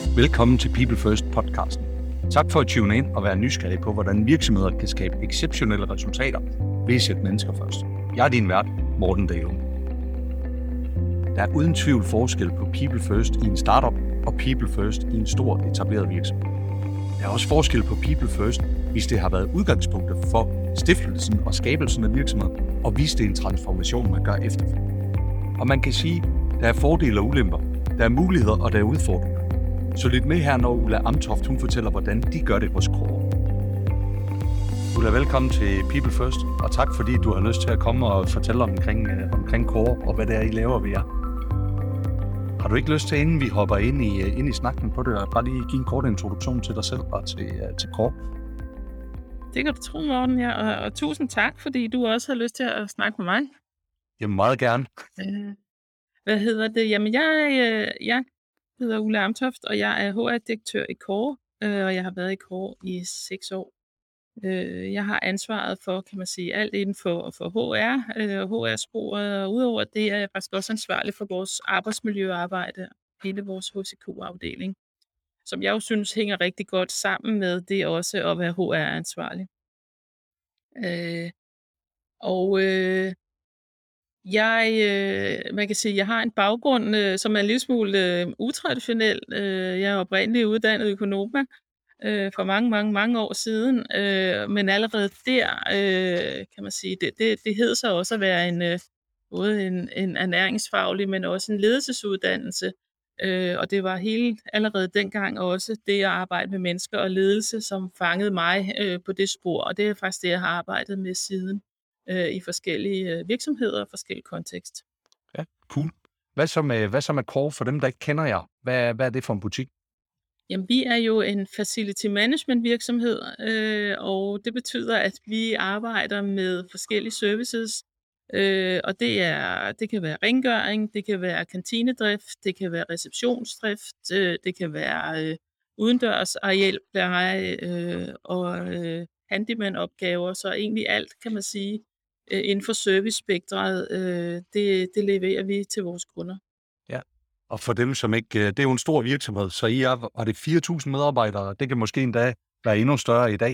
Velkommen til People First podcasten. Tak for at tune ind og være nysgerrig på, hvordan virksomheder kan skabe exceptionelle resultater ved at sætte mennesker først. Jeg er din vært, Morten Dahlum. Der er uden tvivl forskel på People First i en startup og People First i en stor etableret virksomhed. Der er også forskel på People First, hvis det har været udgangspunktet for stiftelsen og skabelsen af virksomheden, og hvis det er en transformation, man gør efterfølgende. Og man kan sige, der er fordele og ulemper, der er muligheder og der er udfordringer. Så lyt med her, når Ulla Amtoft hun fortæller, hvordan de gør det hos Core. Ulla, velkommen til People First, og tak fordi du har lyst til at komme og fortælle omkring Core og hvad det er, I laver ved jer. Har du ikke lyst til, inden vi hopper ind i snakken på det, at bare lige give en kort introduktion til dig selv og til Core? Det kan du tro, Morten, ja. Og tusind tak, fordi du også har lyst til at snakke med mig. Jamen meget gerne. Jamen, jeg hedder Ulla Amtoft, og jeg er HR-direktør i Core, og jeg har været i Core i 6 år. Jeg har ansvaret for, kan man sige, alt inden for HR og HR-sporet, og udover det er jeg faktisk også ansvarlig for vores arbejdsmiljøarbejde, hele vores HCQ-afdeling, som jeg jo synes hænger rigtig godt sammen med det også at være HR-ansvarlig. Man kan sige, jeg har en baggrund, som er en lille smule utraditionel. Jeg er oprindeligt uddannet økonom for mange år siden, men allerede der, kan man sige, det hed så også at være både en ernæringsfaglig, men også en ledelsesuddannelse. Og det var allerede dengang også det at arbejde med mennesker og ledelse, som fangede mig på det spor, og det er faktisk det, jeg har arbejdet med siden i forskellige virksomheder og forskellige kontekst. Ja, cool. Hvad så med Core for dem, der ikke kender jer? Hvad er det for en butik? Jamen, vi er jo en facility management virksomhed, og det betyder, at vi arbejder med forskellige services, og det kan være rengøring, det kan være kantinedrift, det kan være receptionsdrift, det kan være udendørs arealpleje og handyman-opgaver, så egentlig alt, kan man sige, inden for servicespektret, det leverer vi til vores kunder. Ja, og for dem, som ikke... Det er jo en stor virksomhed, så var det 4.000 medarbejdere? Det kan måske endda være endnu større i dag.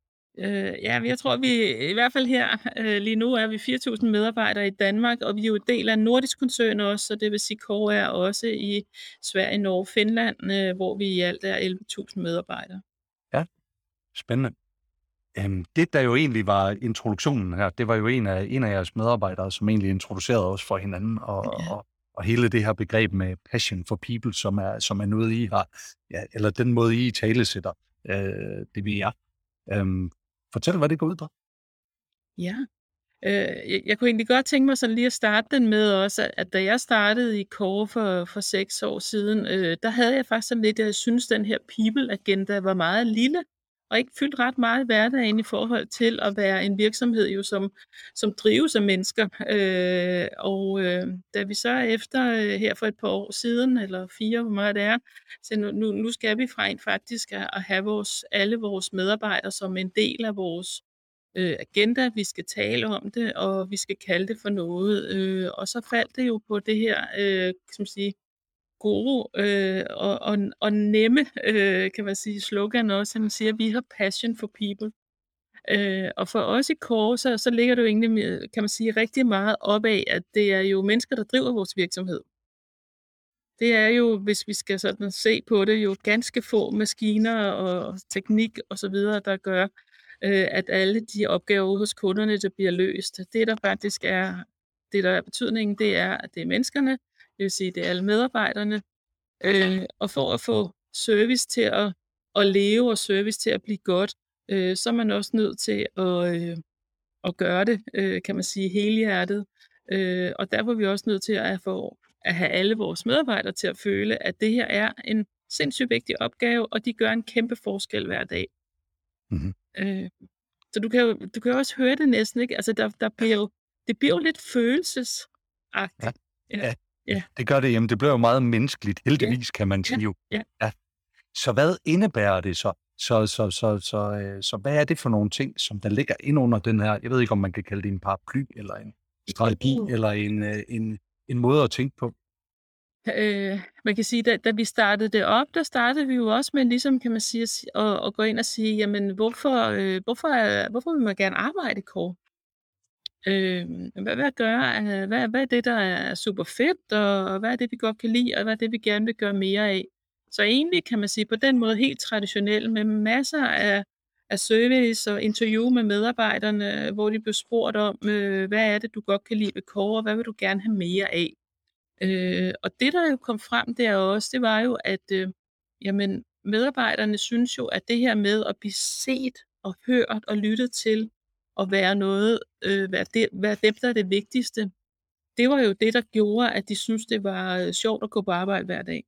Jeg tror, vi i hvert fald her lige nu er vi 4.000 medarbejdere i Danmark, og vi er jo en del af en nordisk koncern også, så det vil sige, Core er også i Sverige, Norge, Finland, hvor vi i alt er 11.000 medarbejdere. Ja, spændende. Det, der jo egentlig var introduktionen her, det var jo en af jeres medarbejdere, som egentlig introducerede os for hinanden, og hele det her begreb med passion for people, som er noget, I har, ja, eller den måde, I talesætter det vi er. Fortæl, hvad det går ud på. Ja, jeg kunne egentlig godt tænke mig sådan lige at starte den med også, at da jeg startede i Core for 6 år siden, der havde jeg faktisk sådan lidt, at jeg synes, den her people-agenda var meget lille, og ikke fyldt ret meget i hverdagen i forhold til at være en virksomhed, jo, som drives af mennesker. Da vi så efter her for et par år siden, eller 4, hvor meget det er, så nu skal vi faktisk at have alle vores medarbejdere som en del af vores agenda, vi skal tale om det, og vi skal kalde det for noget. Og så faldt det jo på det her, kan man sige, gode og nemme, kan man sige, slogan også, at man siger, at vi har passion for people. Og for os i Core, så ligger det jo egentlig, kan man sige, rigtig meget op af, at det er jo mennesker, der driver vores virksomhed. Det er jo, hvis vi skal sådan se på det, jo ganske få maskiner og teknik og så videre, der gør, at alle de opgaver ude hos kunderne, der bliver løst. Det, der faktisk er, det der er betydningen, det er, at det er menneskerne, det vil sige, det er alle medarbejderne, og for at få service til at leve og service til at blive godt, så er man også nødt til at gøre det, kan man sige, helhjertet. Og derfor er vi også nødt til at have alle vores medarbejdere til at føle, at det her er en sindssygt vigtig opgave, og de gør en kæmpe forskel hver dag. Mm-hmm. Så du kan jo også høre det næsten, ikke? Altså, det bliver jo lidt følelsesagtigt. Ja, det gør det. Jamen, det bliver jo meget menneskeligt, heldigvis, kan man sige. Ja. Så hvad indebærer det så? Så hvad er det for nogle ting, som der ligger ind under den her, jeg ved ikke, om man kan kalde det en paraply, eller en strategi, eller en måde at tænke på? Man kan sige, da vi startede det op, der startede vi jo også med ligesom, kan man sige, at gå ind og sige, jamen hvorfor vil man gerne arbejde i Core? Hvad gør, hvad er det, der er super fedt, og hvad er det, vi godt kan lide, og hvad er det, vi gerne vil gøre mere af? Så egentlig kan man sige, på den måde helt traditionelt, med masser af service og interview med medarbejderne, hvor de blev spurgt om, hvad er det, du godt kan lide ved Core, og hvad vil du gerne have mere af? Og det, der jo kom frem der også, det var jo, at jamen, medarbejderne synes jo, at det her med at blive set og hørt og lyttet til, og være noget, være dem, der er det vigtigste, det var jo det, der gjorde, at de synes, det var sjovt at gå på arbejde hver dag.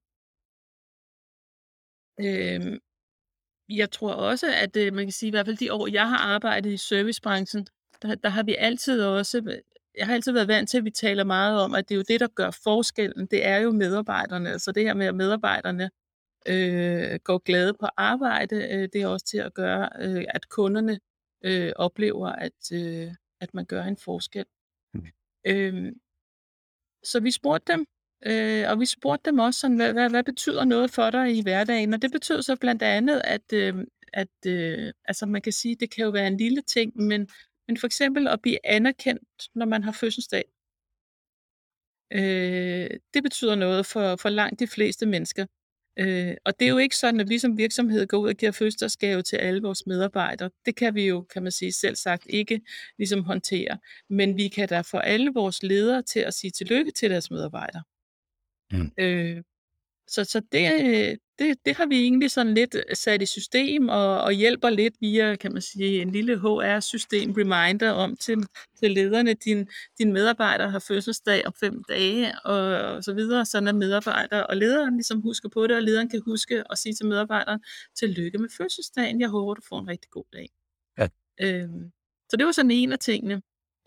Øhm, Jeg tror også, at man kan sige, i hvert fald de år, jeg har arbejdet i servicebranchen, der har vi altid også, jeg har altid været vant til, at vi taler meget om, at det er jo det, der gør forskellen. Det er jo medarbejderne. Altså det her med, at medarbejderne går glade på arbejde, det er også til at gøre, at kunderne oplever, at man gør en forskel. Mm. Øhm, Så vi spurgte dem, og vi spurgte dem også sådan, hvad betyder noget for dig i hverdagen? Og det betyder så blandt andet, altså man kan sige, det kan jo være en lille ting, men for eksempel at blive anerkendt, når man har fødselsdag. Det betyder noget for langt de fleste mennesker. Og det er jo ikke sådan, at vi som virksomhed går ud og giver fødselsdagsgave til alle vores medarbejdere. Det kan vi jo, kan man sige, selv sagt ikke ligesom håndtere. Men vi kan da få alle vores ledere til at sige tillykke til deres medarbejdere. Mm. Så det har vi egentlig sådan lidt sat i system og hjælper lidt via, kan man sige, en lille HR-system reminder om til lederne, din medarbejder har fødselsdag om 5 dage og så videre, sådan at medarbejdere og lederen ligesom husker på det, og lederen kan huske at sige til medarbejderen, tillykke med fødselsdagen, jeg håber, du får en rigtig god dag. Ja. Så det var sådan en af tingene.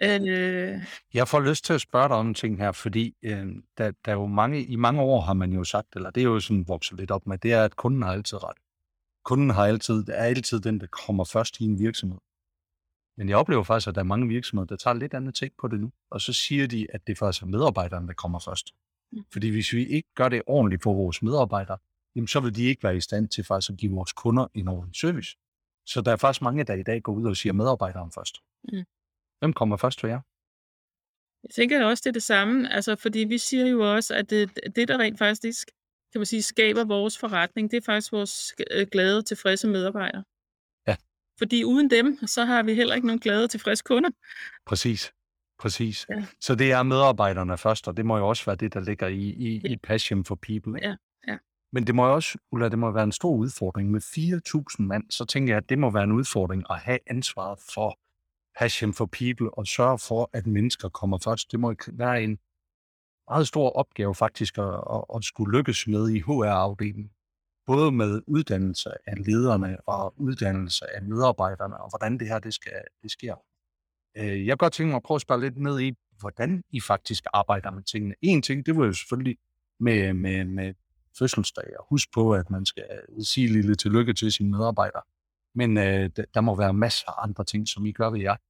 Jeg får lyst til at spørge dig om en ting her, fordi der er jo i mange år har man jo sagt, eller det er jo sådan vokset lidt op med, det er, at kunden har altid ret. Kunden er altid den, der kommer først i en virksomhed. Men jeg oplever faktisk, at der er mange virksomheder, der tager lidt andet take på det nu, og så siger de, at det faktisk er medarbejderne, der kommer først. Fordi hvis vi ikke gør det ordentligt for vores medarbejdere, jamen så vil de ikke være i stand til faktisk at give vores kunder en ordentlig service. Så der er faktisk mange, der i dag går ud og siger medarbejderen først. Mm. Hvem kommer først for jer? Jeg tænker også, det er det samme, altså, fordi vi siger jo også, at det der rent faktisk, kan man sige, skaber vores forretning, det er faktisk vores glade, tilfredse medarbejdere. Ja. Fordi uden dem, så har vi heller ikke nogen glade, tilfredse kunder. Præcis. Ja. Så det er medarbejderne først, og det må jo også være det, der ligger i passion for people. Ikke? Ja. Men det må jo også, Ulla, det må være en stor udfordring. Med 4.000 mand, så tænker jeg, at det må være en udfordring at have ansvaret for passion for people og sørge for, at mennesker kommer først. Det må være en meget stor opgave faktisk at skulle lykkes med i HR-afdelingen. Både med uddannelse af lederne og uddannelse af medarbejderne, og hvordan det her det sker. Jeg kan godt tænke mig at prøve at spørge lidt ned i, hvordan I faktisk arbejder med tingene. En ting, det var jo selvfølgelig med fødselsdag, og husk på, at man skal sige lille tillykke til sine medarbejdere. Men der må være masser af andre ting, som I gør ved jer,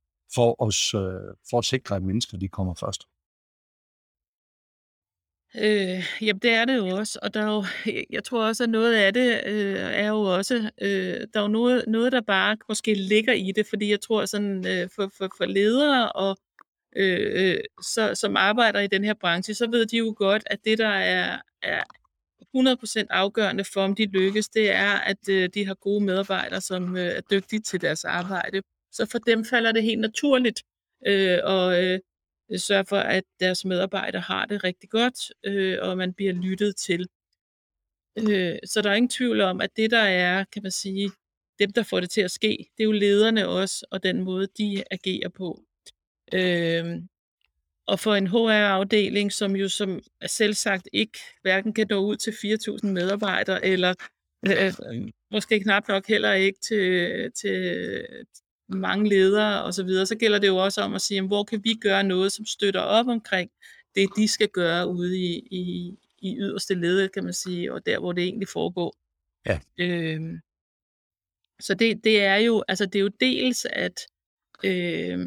for at sikre, at mennesker de kommer først. Jamen det er det jo også, og der er jo, jeg tror også, at noget af det er jo også, der er jo noget, der bare måske ligger i det, fordi jeg tror sådan, for ledere og som arbejder i den her branche, så ved de jo godt, at det, der er 100% afgørende for, om de lykkes, det er, at de har gode medarbejdere, som er dygtige til deres arbejde. Så for dem falder det helt naturligt at sørge for, at deres medarbejdere har det rigtig godt, og man bliver lyttet til. Så der er ingen tvivl om, at det, der er, kan man sige, dem, der får det til at ske, det er jo lederne også, og den måde, de agerer på. Og for en HR-afdeling, som jo som selvsagt ikke hverken kan nå ud til 4.000 medarbejdere, eller måske knap nok heller ikke til mange ledere osv., så gælder det jo også om at sige, hvor kan vi gøre noget, som støtter op omkring det, de skal gøre ude i yderste led, kan man sige, og der, hvor det egentlig foregår. Ja. Så det er jo, altså det er jo dels, at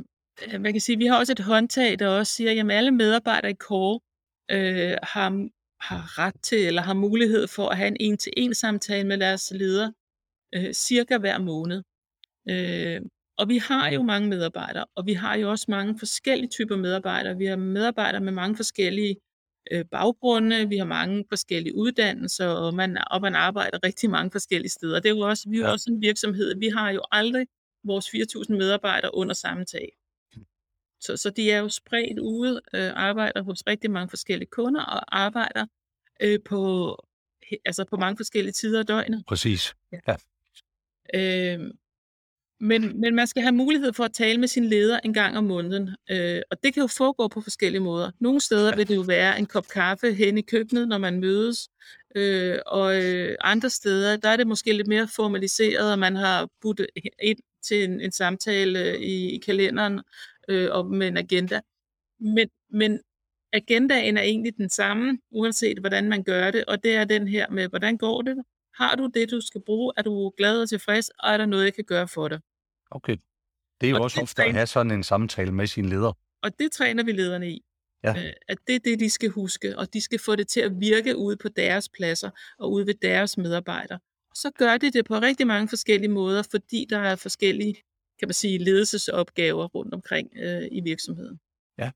man kan sige, vi har også et håndtag, der også siger, at alle medarbejdere i Core har har ret til eller har mulighed for at have en en-til-en samtale med deres leder cirka hver måned. Og vi har jo mange medarbejdere, og vi har jo også mange forskellige typer medarbejdere. Vi har medarbejdere med mange forskellige baggrunde, vi har mange forskellige uddannelser, og man arbejder rigtig mange forskellige steder. Det er jo også, vi er jo Ja. også en virksomhed. Vi har jo aldrig vores 4.000 medarbejdere under samme tag. Så de er jo spredt ude, arbejder hos rigtig mange forskellige kunder og arbejder på, altså på mange forskellige tider af døgnet. Præcis. Ja. Ja. Men man skal have mulighed for at tale med sin leder en gang om måneden, og det kan jo foregå på forskellige måder. Nogle steder vil det jo være en kop kaffe hen i køkkenet, når man mødes, og andre steder, der er det måske lidt mere formaliseret, og man har budt ind til en samtale i kalenderen og med en agenda. Men agendaen er egentlig den samme, uanset hvordan man gør det, og det er den her med, hvordan går det? Har du det, du skal bruge? Er du glad og tilfreds? Og er der noget, jeg kan gøre for dig? Okay. Det er jo Og også det ofte at træner, have sådan en samtale med sin leder. og det træner vi lederne i. Ja. At det er det, de skal huske, og de skal få det til at virke ude på deres pladser og ude ved deres medarbejdere. Og så gør de det på rigtig mange forskellige måder, fordi der er forskellige, kan man sige, ledelsesopgaver rundt omkring i virksomheden. Ja.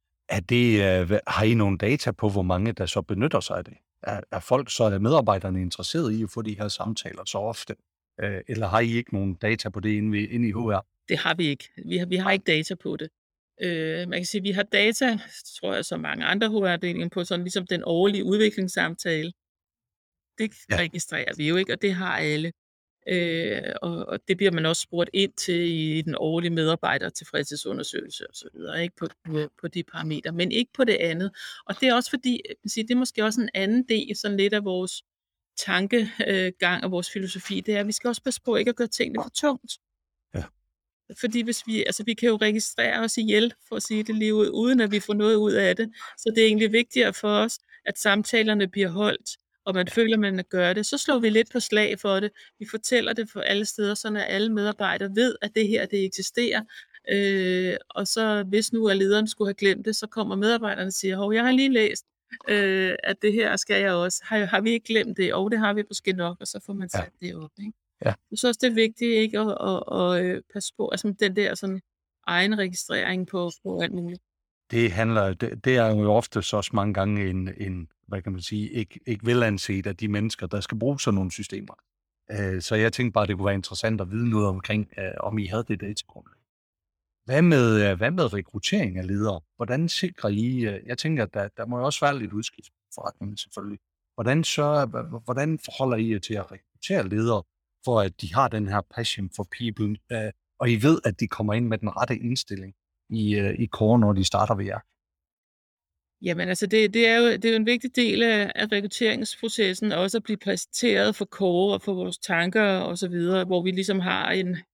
Har I nogle data på, hvor mange der så benytter sig af det? Er medarbejderne interesseret i at få de her samtaler så ofte? Eller har I ikke nogen data på det inde i HR? Det har vi ikke. Vi har ikke data på det. Man kan sige, at vi har data, tror jeg, som mange andre HR-afdelinger på, sådan ligesom den årlige udviklingssamtale. Det registrerer vi jo ikke, og det har alle. Og det bliver man også spurgt ind til i den årlige medarbejdertilfredshedsundersøgelse og så videre, ikke på de parametre, men ikke på det andet. Og det er også fordi, det er måske også en anden del, sådan lidt af vores tankegang og vores filosofi, det er, at vi skal også passe på ikke at gøre tingene for tungt. Ja. Fordi hvis vi kan jo registrere os ihjel, for at sige det lige ud, uden at vi får noget ud af det. Så det er egentlig vigtigere for os, at samtalerne bliver holdt, og man føler, at man gør det. Så slår vi lidt på slag for det. Vi fortæller det for alle steder, så at alle medarbejdere ved, at det her, det eksisterer. Og så hvis nu at lederen skulle have glemt det, så kommer medarbejderne og siger, hov, jeg har lige læst, at det her skal jeg også. Har vi ikke glemt det? Og det har vi måske nok, og så får man sat det op, ikke? Ja. Så også det er vigtigt ikke at passe på, altså den der sådan egen registrering på alt muligt. Det er jo ofte så også mange gange en hvad kan man sige, ikke velanset af de mennesker, der skal bruge sådan nogle systemer. Så jeg tænkte bare, det kunne være interessant at vide noget omkring, om I havde det datagrundlag. Hvad med rekruttering af ledere? Hvordan sikrer I, jeg tænker, at der må jo også være lidt udskift forretningen selvfølgelig. Hvordan forholder I jer til at rekruttere ledere, for at de har den her passion for people, og I ved, at de kommer ind med den rette indstilling i core, når de starter ved jer? Jamen altså, det er jo en vigtig del af rekrutteringsprocessen, også at blive præsenteret for core og for vores tanker og så videre, hvor vi ligesom har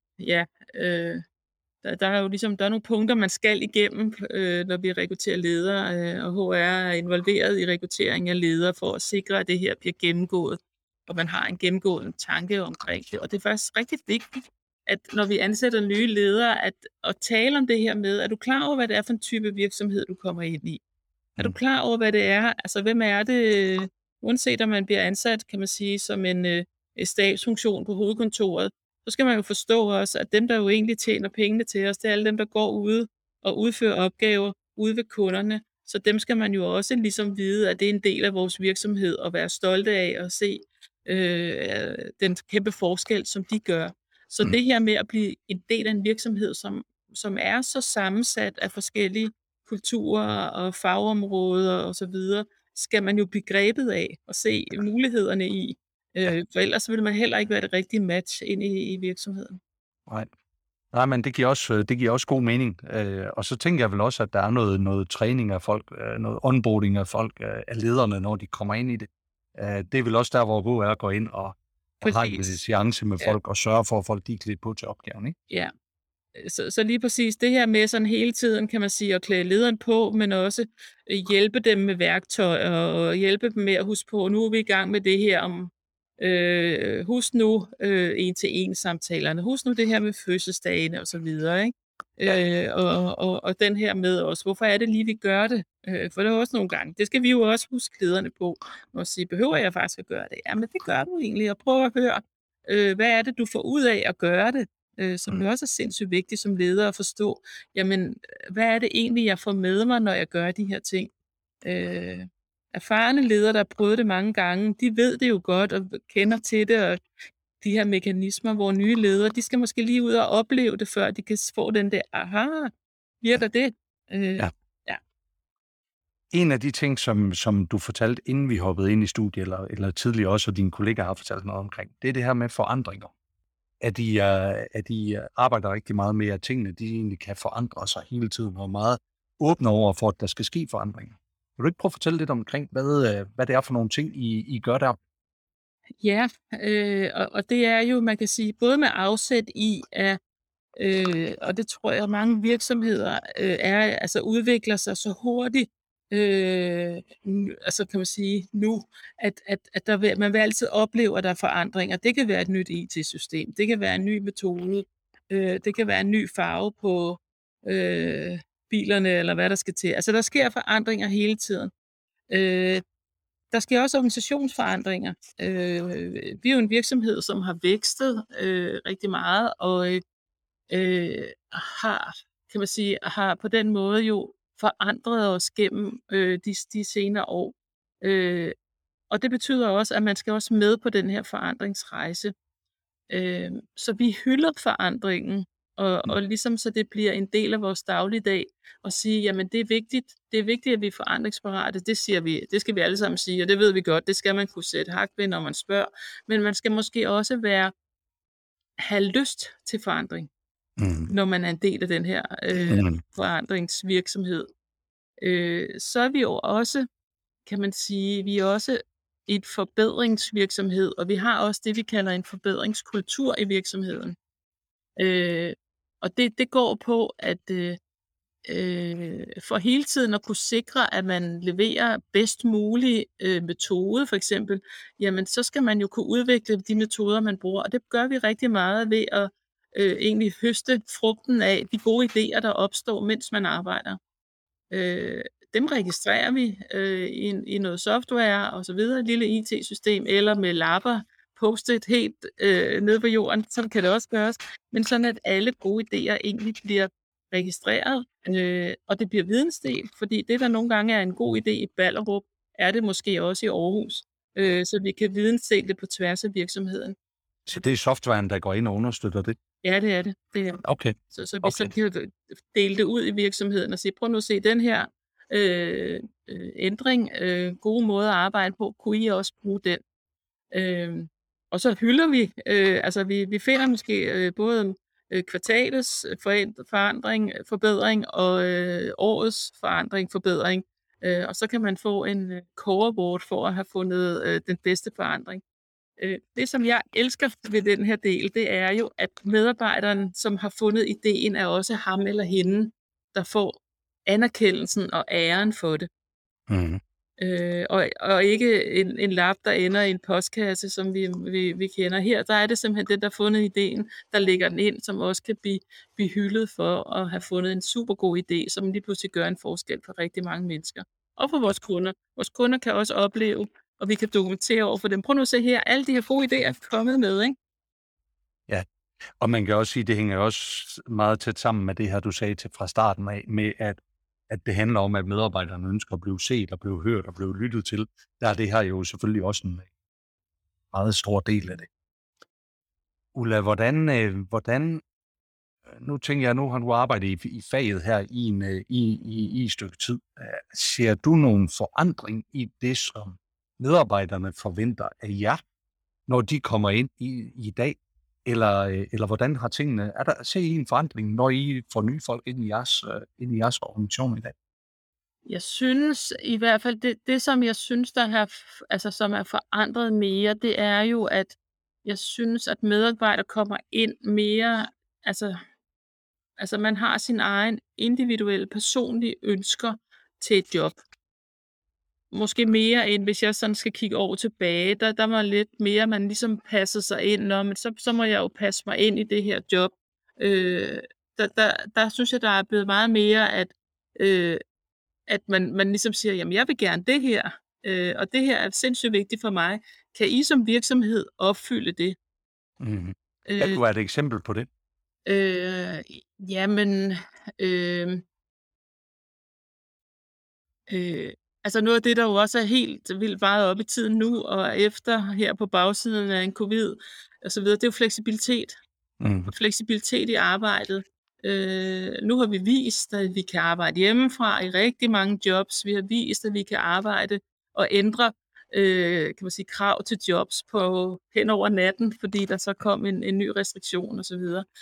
der er jo ligesom, der er nogle punkter, man skal igennem, når vi rekrutterer ledere, og HR er involveret i rekruttering af ledere for at sikre, at det her bliver gennemgået, og man har en gennemgående tanke omkring det. Og det er faktisk rigtig vigtigt, at når vi ansætter nye ledere, at tale om det her med, er du klar over, hvad det er for en type virksomhed, du kommer ind i? Er du klar over, hvad det er? Altså, hvem er det, uanset om man bliver ansat, kan man sige, som en stabsfunktion på hovedkontoret, så skal man jo forstå også, at dem, der jo egentlig tjener pengene til os, det er alle dem, der går ude og udfører opgaver ude ved kunderne. Så dem skal man jo også ligesom vide, at det er en del af vores virksomhed, og være stolte af at se den kæmpe forskel, som de gør. Så det her med at blive en del af en virksomhed, som er så sammensat af forskellige kulturer og fagområder og så videre, skal man jo blive grebet af og se mulighederne i. For ellers vil man heller ikke være det rigtige match ind i virksomheden. Nej, men det giver også god mening. Og så tænker jeg vel også, at der er noget træning af folk, noget onboarding af folk, af lederne, når de kommer ind i det. Det er vel også der, hvor HR går ind og har en seance med folk og sørger for, at folk de er klædt på til opgaven, ikke? Ja. Så lige præcis det her med sådan hele tiden, kan man sige, at klæde lederen på, men også hjælpe dem med værktøj og hjælpe dem med at huske på, nu er vi i gang med det her om, husk nu en-til-en samtalerne, husk nu det her med fødselsdagene og så videre, ikke? Og den her med også, hvorfor er det lige, vi gør det? For det er også nogle gange, det skal vi jo også huske lederne på, og sige, behøver jeg faktisk at gøre det? Ja, men det gør du egentlig, og prøv at høre, hvad er det, du får ud af at gøre det? Som jo også er sindssygt vigtigt som leder at forstå, jamen, hvad er det egentlig, jeg får med mig, når jeg gør de her ting? Øh, Erfarne ledere, der har prøvet det mange gange, de ved det jo godt og kender til det, og de her mekanismer, hvor nye ledere, de skal måske lige ud og opleve det, før de kan få den der, aha, virker det? Ja. Ja. En af de ting, som du fortalte, inden vi hoppede ind i studiet, eller tidligere også, og dine kollegaer har fortalt noget omkring, det er det her med forandringer. At de arbejder rigtig meget med, at tingene de egentlig kan forandre sig hele tiden, og meget åbne over for, at der skal ske forandringer. Vil du ikke prøve at fortælle lidt omkring, hvad det er for nogle ting, I gør der? Ja, og det er jo, man kan sige, både med afsæt i, at og det tror jeg, mange virksomheder altså udvikler sig så hurtigt, altså kan man sige nu, at man vil altid opleve, at der er forandringer. Det kan være et nyt IT-system, det kan være en ny metode, det kan være en ny farve på bilerne, eller hvad der skal til. Altså der sker forandringer hele tiden. Der sker også organisationsforandringer. Vi er jo en virksomhed, som har vækstet rigtig meget, og kan man sige, har på den måde jo forandret os gennem de senere år. Og det betyder også, at man skal også med på den her forandringsrejse. Så vi hylder forandringen, og ligesom så det bliver en del af vores dagligdag, og sige, jamen det er vigtigt, at vi er forandringsparate, det siger vi, det skal vi alle sammen sige, og det ved vi godt, det skal man kunne sætte hak ved, når man spørger, men man skal måske også have lyst til forandring, når man er en del af den her forandringsvirksomhed. Så er vi jo også, kan man sige, vi er også et forbedringsvirksomhed, og vi har også det, vi kalder en forbedringskultur i virksomheden. Og det går på, at for hele tiden at kunne sikre, at man leverer bedst mulig metode, for eksempel, jamen så skal man jo kunne udvikle de metoder, man bruger, og det gør vi rigtig meget ved at egentlig høste frugten af de gode idéer, der opstår, mens man arbejder. Dem registrerer vi i noget software og så videre, et lille IT-system, eller med lapper, post-it helt nede på jorden, sådan kan det også gøres, men sådan at alle gode idéer egentlig bliver registreret, og det bliver vidensdelt, fordi det, der nogle gange er en god idé i Ballerup, er det måske også i Aarhus, så vi kan vidensdele det på tværs af virksomheden. Så det er softwaren, der går ind og understøtter det? Ja, det er det. Okay. Så vi så kan dele det ud i virksomheden og sige, prøv nu at se den her ændring, gode måde at arbejde på, kunne I også bruge den? Og så hylder vi, altså vi finder måske både kvartalets forandring, forbedring, og årets forandring, forbedring, og så kan man få en core award for at have fundet den bedste forandring. Det, som jeg elsker ved den her del, det er jo, at medarbejderen, som har fundet ideen, er også ham eller hende, der får anerkendelsen og æren for det. Og ikke en lap, der ender i en postkasse, som vi kender her. Der er det simpelthen den, der har fundet ideen, der lægger den ind, som også kan blive hyldet for at have fundet en super god idé, som lige pludselig gør en forskel for rigtig mange mennesker. Og for vores kunder. Vores kunder kan også opleve, og vi kan dokumentere over for dem. Prøv nu at se her, alle de her gode idéer er kommet med, ikke? Ja, og man kan også sige, at det hænger også meget tæt sammen med det her, du sagde til fra starten af, med at det handler om, at medarbejderne ønsker at blive set og blive hørt og blive lyttet til. Der er det her jo selvfølgelig også en meget stor del af det. Ulla, hvordan nu tænker jeg, nu har du arbejdet i faget her i et stykke tid. Ser du nogen forandring i det, som medarbejderne forventer af jer, når de kommer ind i dag? Eller hvordan har tingene, ser I en forandring, når I får nye folk ind i jeres organisation i dag? Jeg synes i hvert fald, det som jeg synes, som er forandret mere, det er jo, at jeg synes, at medarbejdere kommer ind mere, altså man har sin egen individuelle, personlige ønsker til et job. Måske mere end hvis jeg sådan skal kigge over tilbage, der var lidt mere, man ligesom passede sig ind, men så må jeg jo passe mig ind i det her job. der synes jeg, der er blevet meget mere, at man ligesom siger, jamen jeg vil gerne det her, og det her er sindssygt vigtigt for mig. Kan I som virksomhed opfylde det? Mhm. Hvad Øh, kunne være et eksempel på det? øh, jamen, øh, Øh, altså noget af det, der jo også er helt vildt meget op i tiden nu og efter her på bagsiden af en covid og så videre, det er jo fleksibilitet. Mhm. Fleksibilitet i arbejdet. Nu har vi vist, at vi kan arbejde hjemmefra i rigtig mange jobs. Vi har vist, at vi kan arbejde og ændre kan man sige, krav til jobs på hen over natten, fordi der så kom en ny restriktion osv.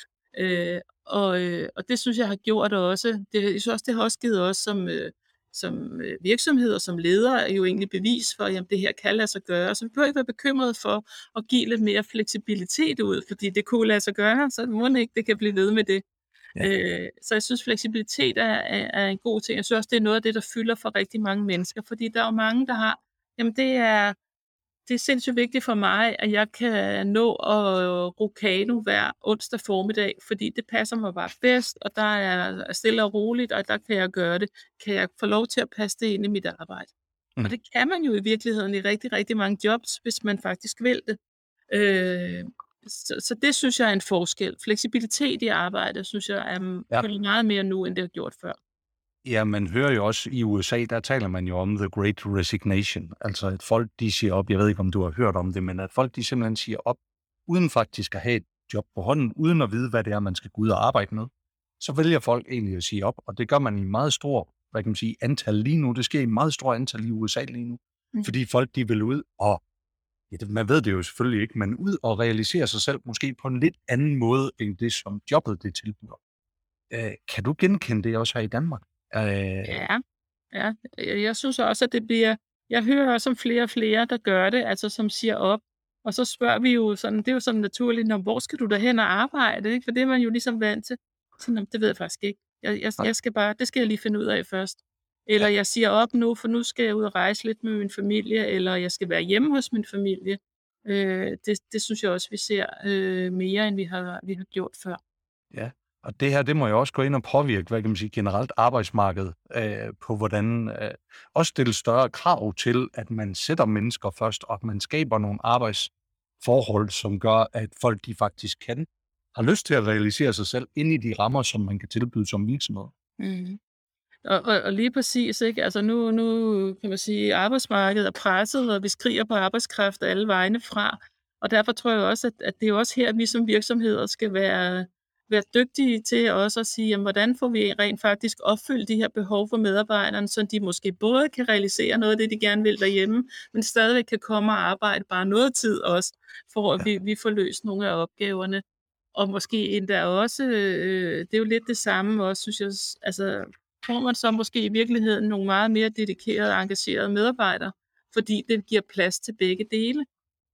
Og det synes jeg har gjort også. Jeg synes også, det har også givet os som virksomheder, som ledere, jo egentlig bevis for, at det her kan lade sig gøre. Så vi behøver ikke være bekymrede for at give lidt mere fleksibilitet ud, fordi det kunne lade sig gøre, så må det ikke, det kan blive ved med det. Ja. Så jeg synes, fleksibilitet er en god ting. Jeg synes også, det er noget af det, der fylder for rigtig mange mennesker, fordi der er jo mange, der har, jamen det er sindssygt vigtigt for mig, at jeg kan nå at ro kano hver onsdag formiddag, fordi det passer mig bare bedst, og der er stille og roligt, og der kan jeg gøre det. Kan jeg få lov til at passe det ind i mit arbejde? Og det kan man jo i virkeligheden i rigtig, rigtig mange jobs, hvis man faktisk vil det. Så det synes jeg er en forskel. Fleksibilitet i arbejdet, synes jeg, er meget mere nu, end det har gjort før. Ja, man hører jo også i USA, der taler man jo om the great resignation. Altså at folk, de siger op, jeg ved ikke, om du har hørt om det, men at folk, de simpelthen siger op, uden faktisk at have et job på hånden, uden at vide, hvad det er, man skal gå ud og arbejde med. Så vælger folk egentlig at sige op, og det gør man i meget stor, hvad kan man sige, antal lige nu. Det sker i meget stort antal i USA lige nu, fordi folk, de vil ud og, man ved det jo selvfølgelig ikke, men ud og realisere sig selv måske på en lidt anden måde, end det, som jobbet det tilbyder. Kan du genkende det også her i Danmark? Ja. Jeg synes også, at det bliver... Jeg hører også om flere og flere, der gør det, altså som siger op. Og så spørger vi jo sådan, det er jo sådan naturligt, hvor skal du da hen og arbejde? Ikke? For det er man jo ligesom vant til. Sådan, det ved jeg faktisk ikke. Jeg skal bare, det skal jeg lige finde ud af først. Eller jeg siger op nu, for nu skal jeg ud og rejse lidt med min familie, eller jeg skal være hjemme hos min familie. Det synes jeg også, vi ser mere, end vi har gjort før. Ja, og det her, det må jo også gå ind og påvirke, hvad kan man sige, generelt arbejdsmarkedet på hvordan, også stille større krav til, at man sætter mennesker først, og at man skaber nogle arbejdsforhold, som gør, at folk de faktisk har lyst til at realisere sig selv ind i de rammer, som man kan tilbyde som virksomhed. Mm. Og lige præcis, ikke? Altså nu kan man sige, at arbejdsmarkedet er presset, og vi skriger på arbejdskraft alle vegne fra. Og derfor tror jeg også, at det er også her, vi som virksomheder skal være dygtige til også at sige, jamen, hvordan får vi rent faktisk opfyldt de her behov for medarbejderne, så de måske både kan realisere noget af det, de gerne vil derhjemme, men stadigvæk kan komme og arbejde bare noget tid også, for at vi får løst nogle af opgaverne. Og måske endda også, det er jo lidt det samme også, synes jeg, altså får man så måske i virkeligheden nogle meget mere dedikerede og engagerede medarbejdere, fordi det giver plads til begge dele.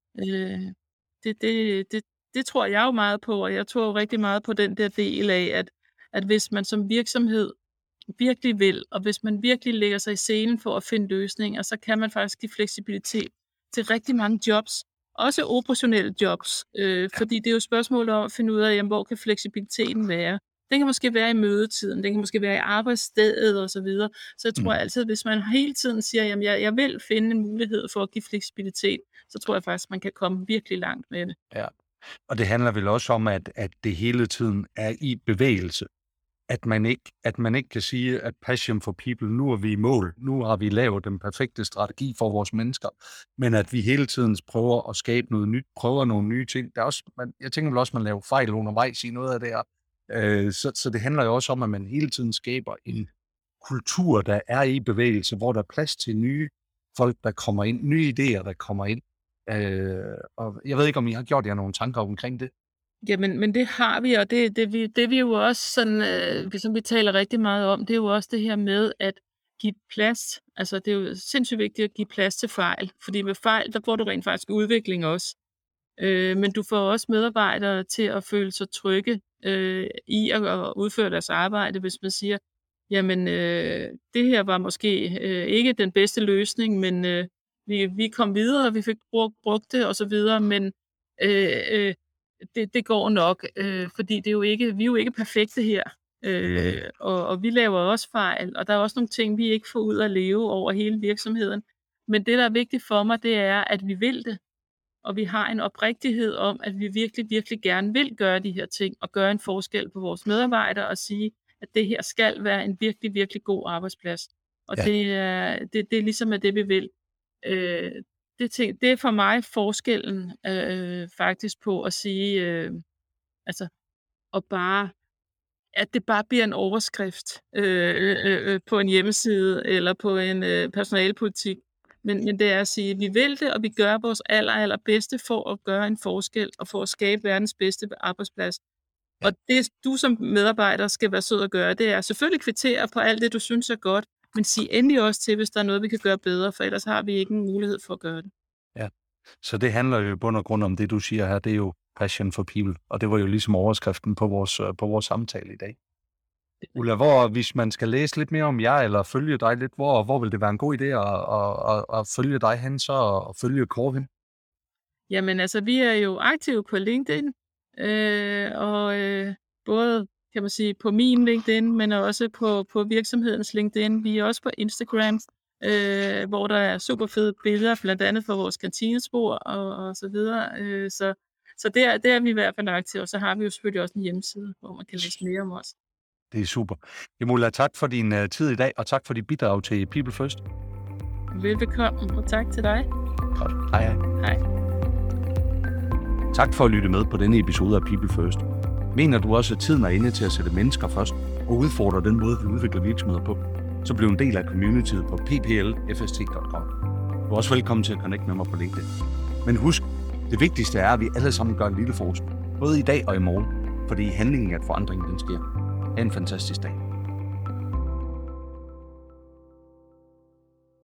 Det tror jeg jo meget på, og jeg tror jo rigtig meget på den der del af, at hvis man som virksomhed virkelig vil, og hvis man virkelig lægger sig i scenen for at finde løsninger, så kan man faktisk give fleksibilitet til rigtig mange jobs, også operationelle jobs, fordi det er jo et spørgsmål om at finde ud af, jamen, hvor kan fleksibiliteten være. Den kan måske være i mødetiden, den kan måske være i arbejdsstedet osv. Så jeg tror altid, hvis man hele tiden siger, jamen jeg vil finde en mulighed for at give fleksibilitet, så tror jeg faktisk, man kan komme virkelig langt med det. Ja, og det handler vel også om, at det hele tiden er i bevægelse. At man ikke kan sige, at passion for people, nu er vi i mål, nu har vi lavet den perfekte strategi for vores mennesker, men at vi hele tiden prøver at skabe noget nyt, prøver nogle nye ting. Der er også, jeg tænker vel også, at man laver fejl undervejs i noget af det her. Så det handler jo også om, at man hele tiden skaber en kultur, der er i bevægelse, hvor der er plads til nye folk, der kommer ind, nye idéer, der kommer ind. Og jeg ved ikke, om I har gjort jer nogle tanker omkring det? Jamen, men det har vi, og det vi jo også sådan, som vi taler rigtig meget om, det er jo også det her med at give plads. Altså, det er jo sindssygt vigtigt at give plads til fejl, fordi med fejl, der får du rent faktisk udvikling også. Men du får også medarbejdere til at føle sig trygge i at udføre deres arbejde, hvis man siger, jamen, det her var måske ikke den bedste løsning, men vi kom videre, og vi fik brugt det, og så videre, men det går nok, fordi vi er jo ikke perfekte her. Og vi laver også fejl, og der er også nogle ting, vi ikke får ud at leve over hele virksomheden. Men det, der er vigtigt for mig, det er, at vi vil det. Og vi har en oprigtighed om, at vi virkelig, virkelig gerne vil gøre de her ting, og gøre en forskel på vores medarbejdere, og sige, at det her skal være en virkelig, virkelig god arbejdsplads. Og Ja. det er ligesom det, vi vil. Det er for mig forskellen faktisk på at sige, altså, at det bare bliver en overskrift på en hjemmeside eller på en personalepolitik. Men det er at sige, at vi vil det, og vi gør vores allerbedste for at gøre en forskel og for at skabe verdens bedste arbejdsplads. Ja. Og det, du som medarbejder skal være sød at gøre, det er selvfølgelig kvittere på alt det, du synes er godt, men sig endelig også til, hvis der er noget, vi kan gøre bedre, for ellers har vi ikke en mulighed for at gøre det. Ja, så det handler jo i bund og grund om det, du siger her, det er jo passion for people, og det var jo ligesom overskriften på vores samtale i dag. Ulla, hvis man skal læse lidt mere om jer, eller følge dig lidt, hvor vil det være en god idé at følge dig hen, så og følge Kåre hen? Jamen altså, vi er jo aktive på LinkedIn, både, kan man sige, på min LinkedIn, men også på virksomhedens LinkedIn. Vi er også på Instagram, hvor der er super fede billeder, blandt andet for vores kantinespor og så videre. Så der er vi i hvert fald aktive, og så har vi jo selvfølgelig også en hjemmeside, hvor man kan læse mere om os. Det er super. Jamen Ulla, tak for din tid i dag, og tak for dit bidrag til People First. Velbekomme, og tak til dig. Godt. Hej. Hej. Tak for at lytte med på denne episode af People First. Mener du også, at tiden er inde til at sætte mennesker først og udfordre den måde, vi udvikler virksomheder på, så bliv en del af communityet på pplfst.com. Du er også velkommen til at connecte med mig på LinkedIn. Men husk, det vigtigste er, at vi alle sammen gør en lille forskel, både i dag og i morgen, fordi handlingen af forandringen den sker. Ha' en fantastisk dag.